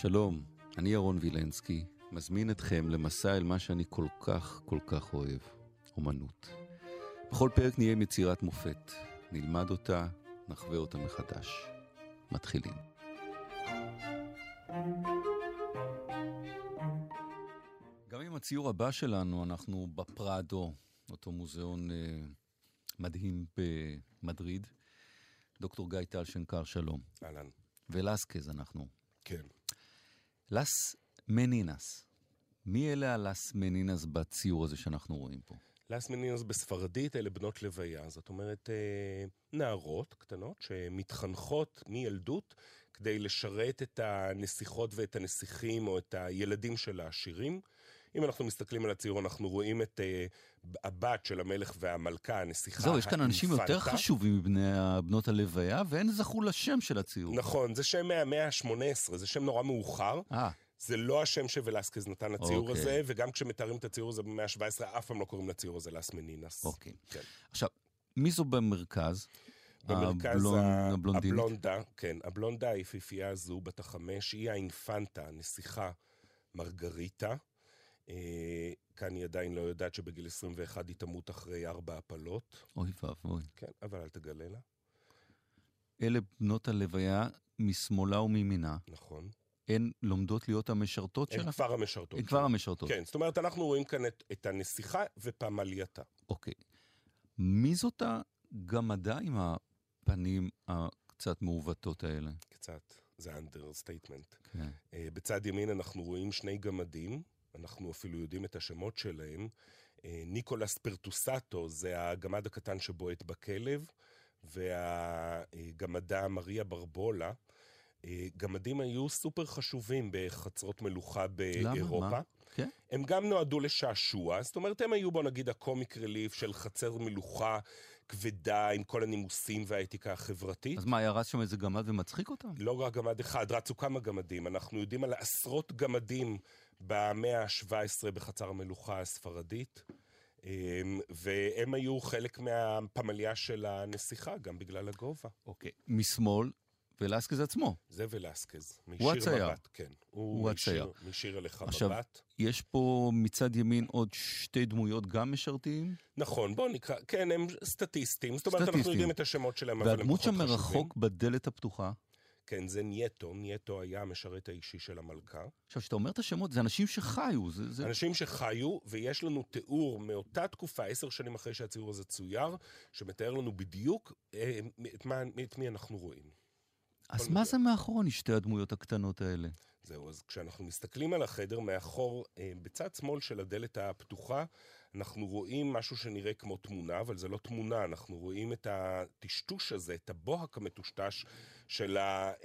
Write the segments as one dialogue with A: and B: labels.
A: שלום, אני ירון וילנסקי, מזמין אתכם למסע אל מה שאני כל כך אוהב, אומנות. בכל פרק נהיה עם יצירת מופת, נלמד אותה, נחווה אותה מחדש. מתחילים. גם עם הציור הבא שלנו, אנחנו בפראדו, אותו מוזיאון מדהים במדריד. דוקטור גיא טל שנקר, שלום.
B: אהלן.
A: ולסקז אנחנו.
B: כן.
A: לס מנינס. מי אלה הלס מנינס בציור הזה שאנחנו רואים פה?
B: לס מנינס בספרדית אלה בנות לוויה, זאת אומרת נערות קטנות שמתחנכות מילדות כדי לשרת את הנסיכות ואת הנסיכים או את הילדים של העשירים. אם אנחנו מסתכלים על הציור, אנחנו רואים את הבת של המלך והמלכה, הנסיכה האינפנטה.
A: זהו, יש כאן אנשים יותר חשובים מבנות הלוויה, ואין זכו לשם של הציור.
B: נכון, זה שם מהמאה ה-18, זה שם נורא מאוחר. זה לא השם שוולסקז נתן לציור הזה, וגם כשמתארים את הציור הזה במאה ה-17, אף פעם לא קוראים לציור הזה לס מנינס.
A: אוקיי. עכשיו, מי זו במרכז?
B: במרכז
A: הבלונדינית?
B: הבלונדה, כן, הבלונדה היפיפייה הזו, בת החמש, היא האינפנטה, הנסיכה מרגריטה. כאן היא עדיין לא יודעת שבגיל 21 היא תמות אחרי 4 הפלות.
A: אוי ואבוי.
B: כן, אבל אל תגלה לה.
A: אלה בנות הלוויה משמאלה ומימינה.
B: נכון.
A: הן לומדות להיות המשרתות שלה?
B: הן כבר המשרתות.
A: הן כבר המשרתות.
B: כן, זאת אומרת, אנחנו רואים כאן את הנסיכה ופמלייתה.
A: אוקיי. מי זאת הגמדה עם הפנים הקצת מעוותות האלה?
B: קצת, זה אנדרסטייטמנט.
A: כן.
B: בצד ימין אנחנו רואים 2 גמדים, אנחנו אפילו יודעים את השמות שלהם. ניקולס פרטוסטו זה הגמד הקטן שבועט בכלב, והגמדה מריה ברבולה. גמדים היו סופר חשובים בחצרות מלוכה באירופה.
A: למה? כן?
B: הם גם נועדו לשעשוע, זאת אומרת, הם היו, בוא נגיד, הקומיק רליף של חצר מלוכה כבדה עם כל הנימוסים והאתיקה החברתית.
A: אז מה, היה רץ שם איזה גמד ומצחיק אותם?
B: לא רק גמד אחד, רצו כמה גמדים. אנחנו יודעים על עשרות גמדים במאה ה-17 בחצר המלוכה הספרדית, והם היו חלק מהפמליה של הנסיכה, גם בגלל הגובה.
A: אוקיי. משמאל, ולסקז עצמו.
B: זה ולסקז.
A: הוא הצייר.
B: מבט, כן.
A: הוא הצייר.
B: משיר אליך
A: עכשיו,
B: מבט.
A: יש פה מצד ימין עוד 2 דמויות גם משרתיים?
B: נכון, בוא נקרא, כן, הם סטטיסטים. זאת אומרת, אנחנו יודעים את השמות שלהם, אבל הם
A: והדמות
B: פחות
A: שם
B: חשובים.
A: מרחוק בדלת הפתוחה?
B: כן, זה נייטו. נייטו היה המשרת האישי של המלכה.
A: עכשיו, שאתה אומר את השמות, זה אנשים שחיו.
B: אנשים שחיו, ויש לנו תיאור מאותה תקופה, 10 שנים אחרי שהציור הזה צויר, שמתאר לנו בדיוק את מי אנחנו רואים.
A: אז מה זה מאחורון, 2 הדמויות הקטנות האלה?
B: זהו, אז כשאנחנו מסתכלים על החדר מאחור, בצד שמאל של הדלת הפתוחה, אנחנו רואים משהו שנראה כמו תמונה, אבל זה לא תמונה, אנחנו רואים את הטשטוש הזה, את הבוהק המטושטש של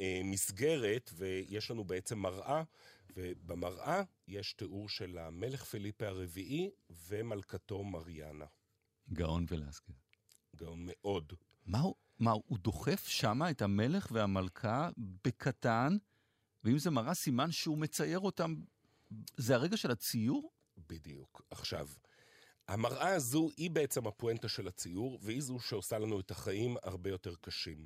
B: המסגרת, ויש לנו בעצם מראה, ובמראה יש תיאור של המלך פליפה הרביעי ומלכתו מריאנה.
A: גאון ולסקז.
B: גאון מאוד.
A: מה, הוא דוחף שמה את המלך והמלכה בקטן, ואם זה מראה סימן שהוא מצייר אותם, זה הרגע של הציור?
B: בדיוק. עכשיו, המראה הזו היא בעצם הפואנטה של הציור, והיא זו שעושה לנו את החיים הרבה יותר קשים.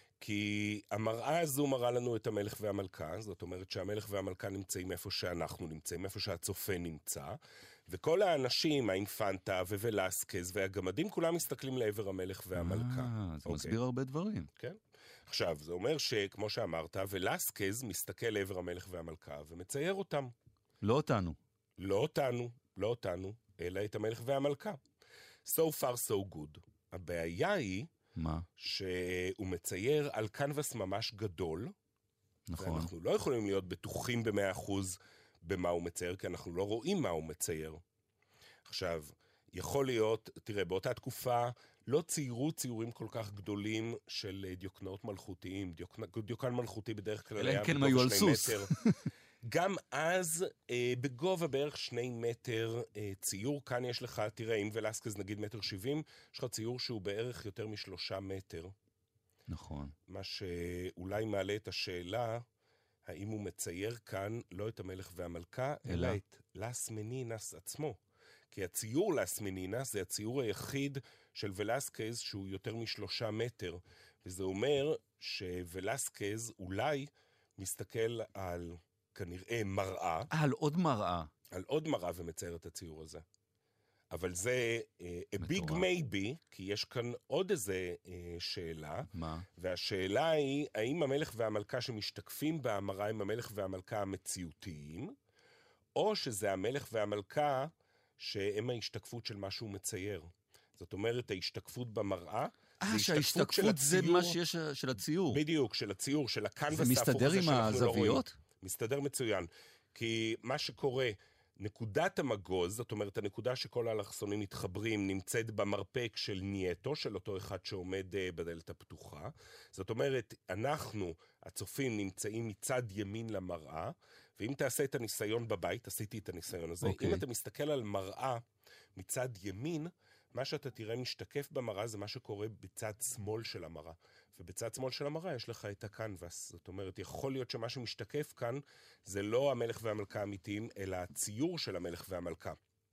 B: כי המראה הזו מראה לנו את המלך והמלכה, זאת אומרת שהמלך והמלכה נמצאים איפה שאנחנו נמצאים, איפה שהצופה נמצא, וכל האנשים, האינפנטה וולסקז והגמדים, כולם מסתכלים לעבר המלך והמלכה.
A: זה מסביר הרבה דברים.
B: כן. עכשיו, זה אומר שכמו שאמרת, ולסקז מסתכל לעבר המלך והמלכה ומצייר אותם.
A: לא אותנו.
B: לא אותנו, אלא את המלך והמלכה. So far so good. הבעיה היא
A: מה?
B: שהוא מצייר על קנבס ממש גדול.
A: נכון.
B: ואנחנו לא יכולים להיות בטוחים ב100% במה הוא מצייר, כי אנחנו לא רואים מה הוא מצייר. עכשיו, יכול להיות, תראה, באותה תקופה לא ציירו ציורים כל כך גדולים של דיוקנאות מלכותיים. דיוקן מלכותי בדרך כלל היה בגובה 2 מטר. גם אז, בגובה בערך 2 מטר ציור, כאן יש לך, תראה, אם ולסקז נגיד 1.70 מטר, יש לך ציור שהוא בערך יותר מ3 מטר.
A: נכון.
B: מה שאולי מעלה את השאלה, האם הוא מצייר כאן לא את המלך והמלכה, אלא את לס מנינס עצמו. כי הציור לס מנינס זה הציור היחיד של ולסקז שהוא יותר מ3 מטר. וזה אומר שוולסקז אולי מסתכל על כנראה מראה.
A: על עוד מראה.
B: על עוד מראה ומצייר את הציור הזה. אבל זה a big maybe, כי יש כאן עוד איזה שאלה.
A: מה?
B: והשאלה היא, האם המלך והמלכה שמשתקפים במראה הם המלך והמלכה המציאותיים, או שזה המלך והמלכה שהם ההשתקפות של מה שהוא מצייר. זאת אומרת, ההשתקפות במראה,
A: שההשתקפות זה מה שיש של הציור.
B: בדיוק, של הציור, של הקנבס ההפוך הזה
A: שאנחנו לא רואים. זה מסתדר עם הזוויות?
B: מסתדר מצוין. כי מה שקורה, נקודת המגוז, זאת אומרת, הנקודה שכל האלכסונים מתחברים, נמצאת במרפק של נייטו, של אותו אחד שעומד בדלת הפתוחה. זאת אומרת, אנחנו, הצופים, נמצאים מצד ימין למראה, ואם תעשה את הניסיון בבית, עשיתי את הניסיון הזה, אם אתה מסתכל על מראה מצד ימין, מה שאתה תראה משתקף במראה זה מה שקורה בצד שמאל של המראה. ובצד שמאל של המראה יש לך את הקנבס. זאת אומרת, יכול להיות שמה שמשתקף כאן זה לא המלך והמלכה האמיתיים, אלא הציור של המלך והמלכה.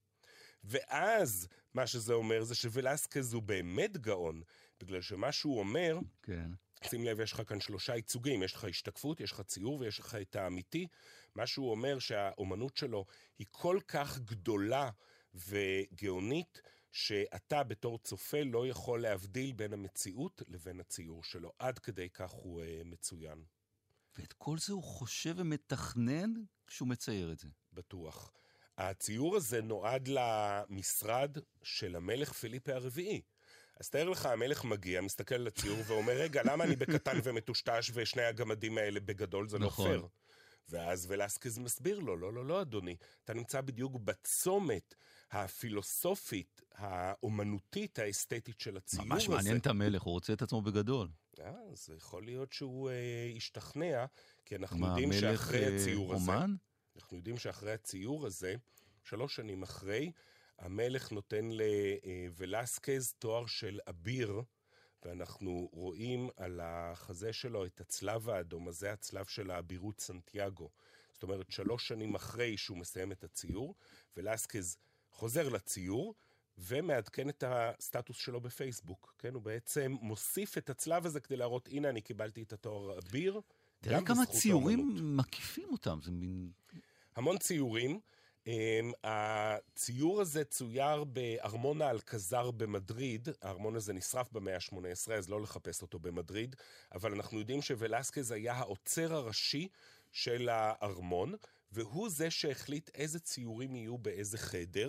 B: ואז מה שזה אומר זה שוולסקז הוא באמת גאון, בגלל שמה שהוא אומר,
A: כן.
B: שים לב, יש לך כאן 3 ייצוגים, יש לך השתקפות, יש לך ציור ויש לך את האמיתי. מה שהוא אומר שהאומנות שלו היא כל כך גדולה וגאונית, שאתה בתור צופה לא יכול להבדיל בין המציאות לבין הציור שלו. עד כדי כך הוא מצוין.
A: ואת כל זה הוא חושב ומתכנן כשהוא מצייר את זה.
B: בטוח. הציור הזה נועד למשרד של המלך פיליפה הרביעי. אז תאר לך, המלך מגיע, מסתכל על הציור ואומר, רגע, למה אני בקטן ומטושטש ושני הגמדים האלה בגדול זה
A: נכון.
B: לא פייר? ואז ולסקז מסביר לו, לא, אדוני, אתה נמצא בדיוק בצומת הפילוסופית, האומנותית, האסתטית של הציור הזה.
A: ממש מעניין את המלך, הוא רוצה את עצמו בגדול.
B: אז יכול להיות שהוא ישתכנע, כי אנחנו יודעים שאחרי הציור הזה, אנחנו יודעים שאחרי הציור הזה, 3 שנים אחרי, המלך נותן לוולסקז תואר של אביר, ואנחנו רואים על החזה שלו את הצלב האדום, הזה הצלב של האבירות סנטיאגו. זאת אומרת, 3 שנים אחרי שהוא מסיים את הציור, ולסקז חוזר לציור, ומעדכן את הסטטוס שלו בפייסבוק. כן, הוא בעצם מוסיף את הצלב הזה כדי להראות, הנה אני קיבלתי את התואר אביר.
A: תראה כמה ציורים מקיפים אותם, זה מין...
B: המון ציורים. הציור הזה צויר בארמון האלקזר במדריד. הארמון הזה נשרף במאה ה-18, אז לא לחפש אותו במדריד, אבל אנחנו יודעים שוולסקז היה האוצר הראשי של הארמון, והוא זה שהחליט איזה ציורים יהיו באיזה חדר.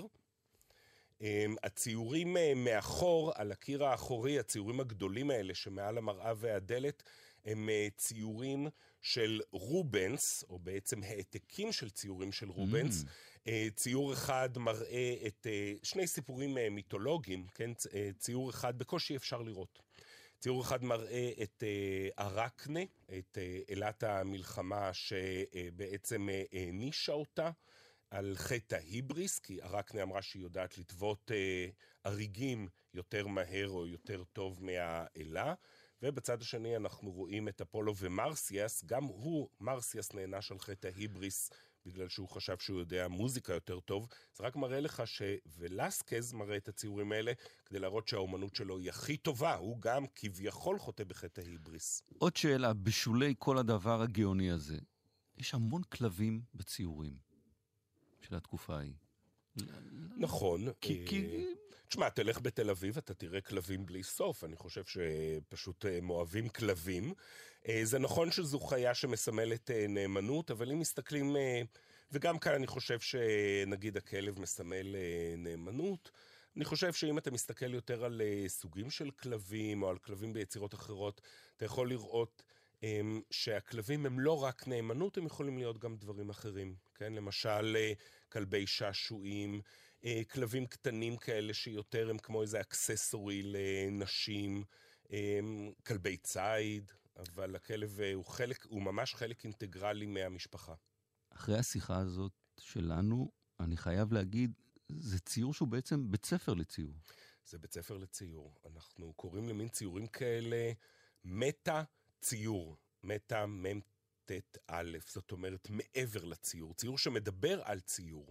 B: הציורים מאחור, על הקיר האחורי, הציורים הגדולים האלה שמעל המראה והדלת, הם ציורים של רובנס, או בעצם העתקים של ציורים של רובנס. ציור אחד מראה את 2 סיפורים מיתולוגיים, כן? ציור אחד בקושי אפשר לראות. ציור אחד מראה את ארקנה, את אלת המלחמה שבעצם הענישה אותה על חטא ההיבריס, כי ארקנה אמרה שהיא יודעת לטוות אריגים יותר מהר או יותר טוב מהאלה. ובצד השני אנחנו רואים את אפולו ומרסיאס, גם הוא, מרסיאס נענש על חטא ההיבריס, בגלל שהוא חשב שהוא יודע מוזיקה יותר טוב. זה רק מראה לך שוולסקז מראה את הציורים האלה, כדי להראות שהאומנות שלו היא הכי טובה, הוא גם כביכול חוטא בחטא ההיבריס.
A: עוד שאלה, בשולי כל הדבר הגאוני הזה, יש המון כלבים בציורים של התקופה ההיא.
B: נכון.
A: כי...
B: תשמע, תלך בתל אביב, אתה תראה כלבים בלי סוף. אני חושב שפשוט הם אוהבים כלבים. זה נכון שזו חיה שמסמלת נאמנות, אבל אם מסתכלים, וגם כאן אני חושב שנגיד הכלב מסמל נאמנות, אני חושב שאם אתה מסתכל יותר על סוגים של כלבים, או על כלבים ביצירות אחרות, אתה יכול לראות שהכלבים הם לא רק נאמנות, הם יכולים להיות גם דברים אחרים. כן? למשל, כלבי שעשועים, כלבים קטנים כאלה שיותר הם כמו איזה אקססורי לנשים, כלבי ציד, אבל הכלב הוא ממש חלק אינטגרלי מהמשפחה.
A: אחרי השיחה הזאת שלנו, אני חייב להגיד, זה ציור שהוא בעצם בית ספר לציור.
B: זה בית ספר לציור. אנחנו קוראים למין ציורים כאלה מטה ציור. מטה ממתת א', זאת אומרת מעבר לציור. ציור שמדבר על ציור.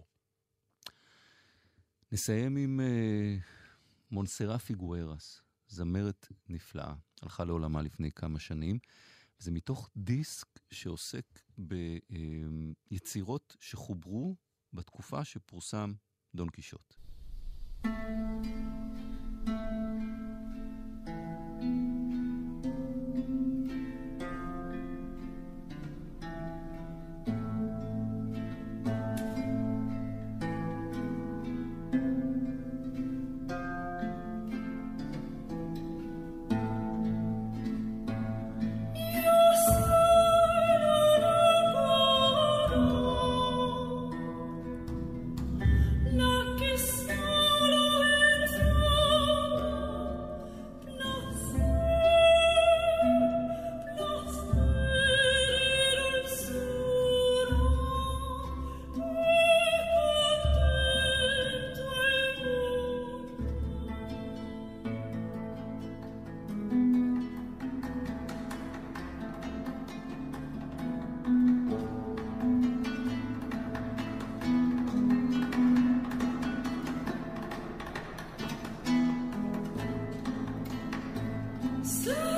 A: נסיים עם מונסרה פיגוארס, זמרת נפלאה, הלכה לעולמה לפני כמה שנים, זה מתוך דיסק שעוסק ביצירות שחוברו בתקופה שפורסם דון קישוט.
C: So